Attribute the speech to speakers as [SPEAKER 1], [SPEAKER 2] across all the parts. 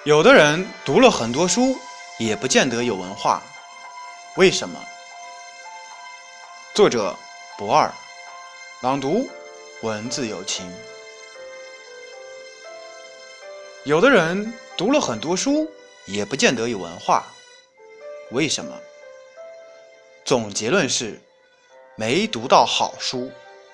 [SPEAKER 1] 有的人读了很多书，也不见得有文化，为什么？作者不二，朗读文字有情。有的人读了很多书，也不见得有文化，为什么？总结论是没读到好书。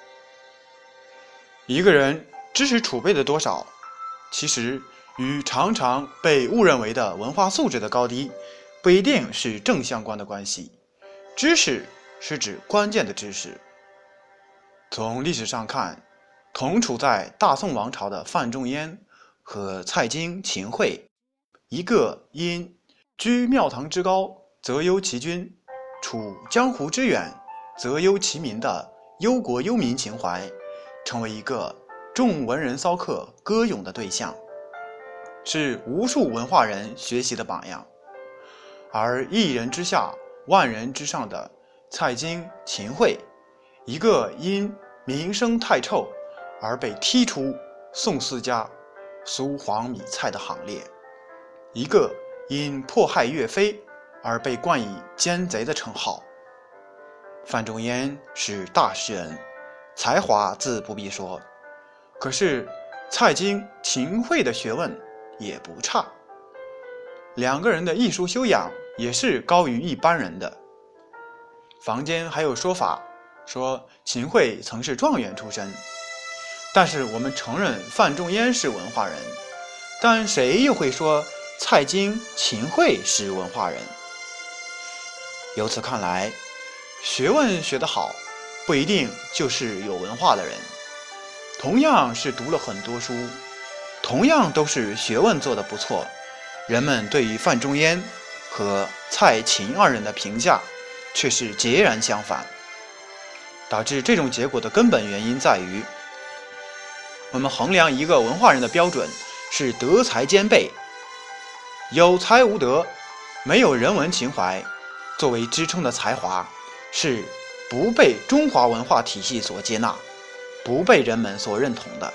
[SPEAKER 1] 一个人知识储备的多少，其实与常常被误认为的文化素质的高低不一定是正相关的关系。知识是指关键的知识。从历史上看，同处在大宋王朝的范仲淹和蔡京、秦桧，一个因居庙堂之高则忧其君，处江湖之远则忧其民的忧国忧民情怀，成为一个众文人骚客歌咏的对象，是无数文化人学习的榜样。而一人之下万人之上的蔡京、秦桧，一个因名声太臭而被踢出宋四家苏黄米蔡的行列，一个因迫害岳飞而被冠以奸贼的称号。范仲淹是大诗人，才华自不必说，可是蔡京、秦桧的学问也不差，两个人的艺术修养也是高于一般人的。坊间还有说法说秦桧曾是状元出身，但是我们承认范仲淹是文化人，但谁又会说蔡京、秦桧是文化人？由此看来，学问学得好不一定就是有文化的人。同样是读了很多书，同样都是学问做得不错，人们对于范仲淹和蔡秦二人的评价却是截然相反。导致这种结果的根本原因在于，我们衡量一个文化人的标准是德才兼备，有才无德，没有人文情怀作为支撑的才华，是不被中华文化体系所接纳，不被人们所认同的。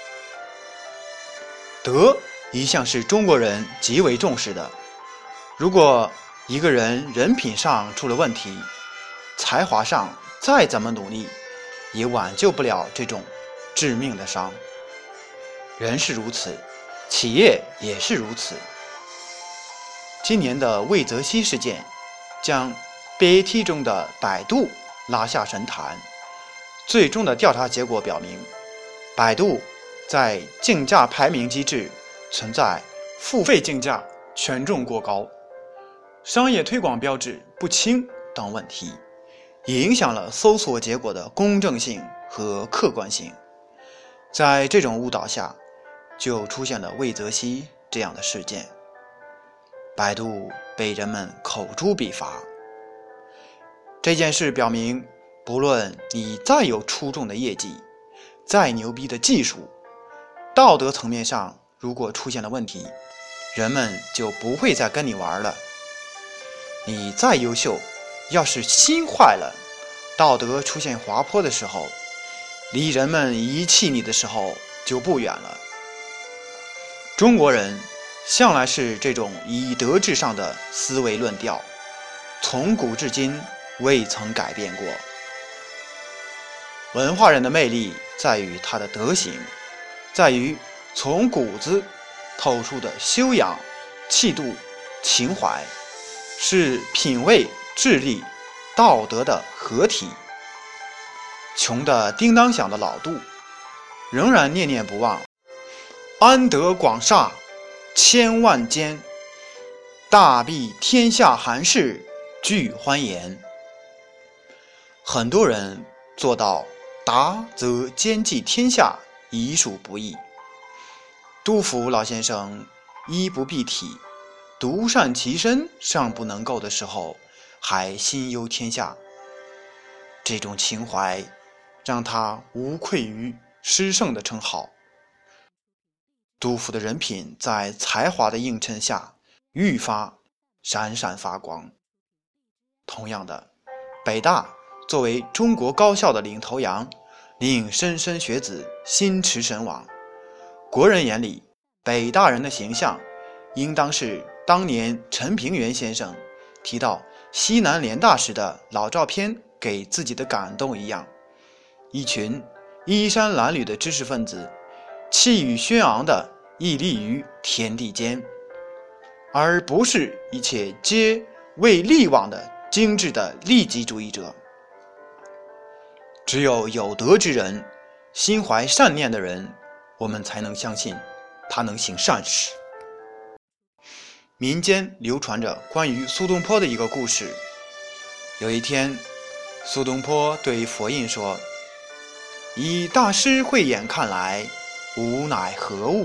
[SPEAKER 1] 德一向是中国人极为重视的，如果一个人人品上出了问题，才华上再怎么努力，也挽救不了这种致命的伤。人是如此，企业也是如此。今年的魏则西事件将 BAT 中的百度拉下神坛，最终的调查结果表明，百度在竞价排名机制存在付费竞价权重过高、商业推广标志不清等问题，影响了搜索结果的公正性和客观性。在这种误导下，就出现了魏则西这样的事件，百度被人们口诛笔伐。这件事表明，不论你再有出众的业绩，再牛逼的技术，道德层面上如果出现了问题，人们就不会再跟你玩了。你再优秀，要是心坏了，道德出现滑坡的时候，离人们遗弃你的时候就不远了。中国人向来是这种以德至上的思维论调，从古至今未曾改变过。文化人的魅力在于他的德行，在于从骨子透出的修养、气度、情怀，是品味、智力、道德的合体。穷得叮当响的老杜仍然念念不忘安得广厦千万间，大庇天下寒士俱欢颜。很多人做到达则兼济天下已属不易。杜甫老先生衣不蔽体，独善其身尚不能够的时候，还心忧天下。这种情怀让他无愧于诗圣的称号。杜甫的人品在才华的映衬下愈发闪闪发光。同样的，北大作为中国高校的领头羊，令莘莘学子心驰神往。国人眼里，北大人的形象应当是当年陈平原先生提到西南联大时的老照片给自己的感动一样，一群衣衫褴褛的知识分子，气宇轩昂地屹立于天地间，而不是一切皆为利往的精致的利己主义者。只有有德之人，心怀善念的人，我们才能相信他能行善事。民间流传着关于苏东坡的一个故事。有一天，苏东坡对佛印说：“以大师慧眼看来，吾乃何物？”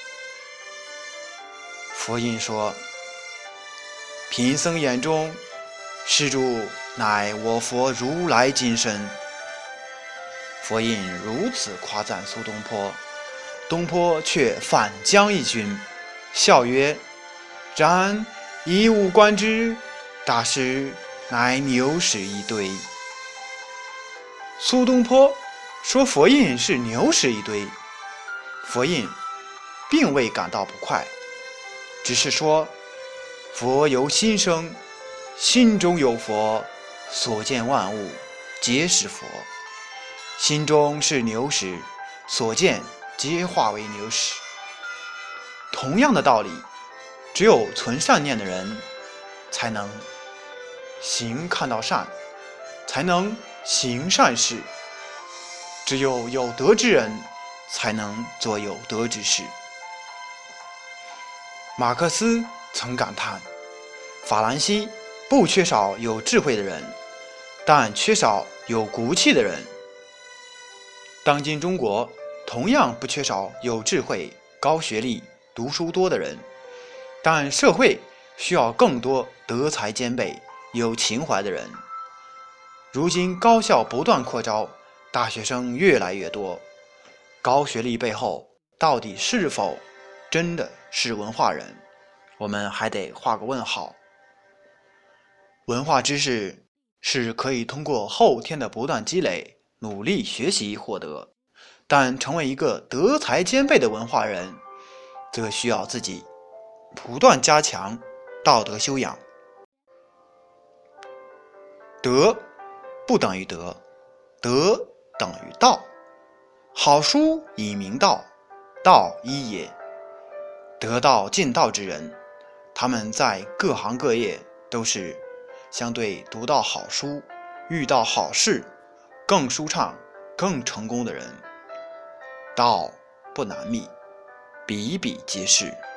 [SPEAKER 1] 佛印说：“贫僧眼中，施主乃我佛如来金身。”佛印如此夸赞苏东坡，东坡却反将一军，笑曰：“然以吾观之，大师乃牛屎一堆。”苏东坡说佛印是牛屎一堆，佛印并未感到不快，只是说佛由心生，心中有佛，所见万物皆是佛。心中是牛屎，所见皆化为牛屎。同样的道理，只有存善念的人才能看到善，才能行善事。只有有德之人才能做有德之事。马克思曾感叹，法兰西不缺少有智慧的人，但缺少有骨气的人。当今中国同样不缺少有智慧、高学历、读书多的人，但社会需要更多德才兼备、有情怀的人。如今高校不断扩招，大学生越来越多，高学历背后到底是否真的是文化人，我们还得画个问号。文化知识是可以通过后天的不断积累、努力学习获得，但成为一个德才兼备的文化人，则需要自己不断加强道德修养。德不等于德，德等于道。好书以明道，道一也。得道尽道之人，他们在各行各业都是相对读到好书、遇到好事更舒畅、更成功的人。道不难觅，比比皆是。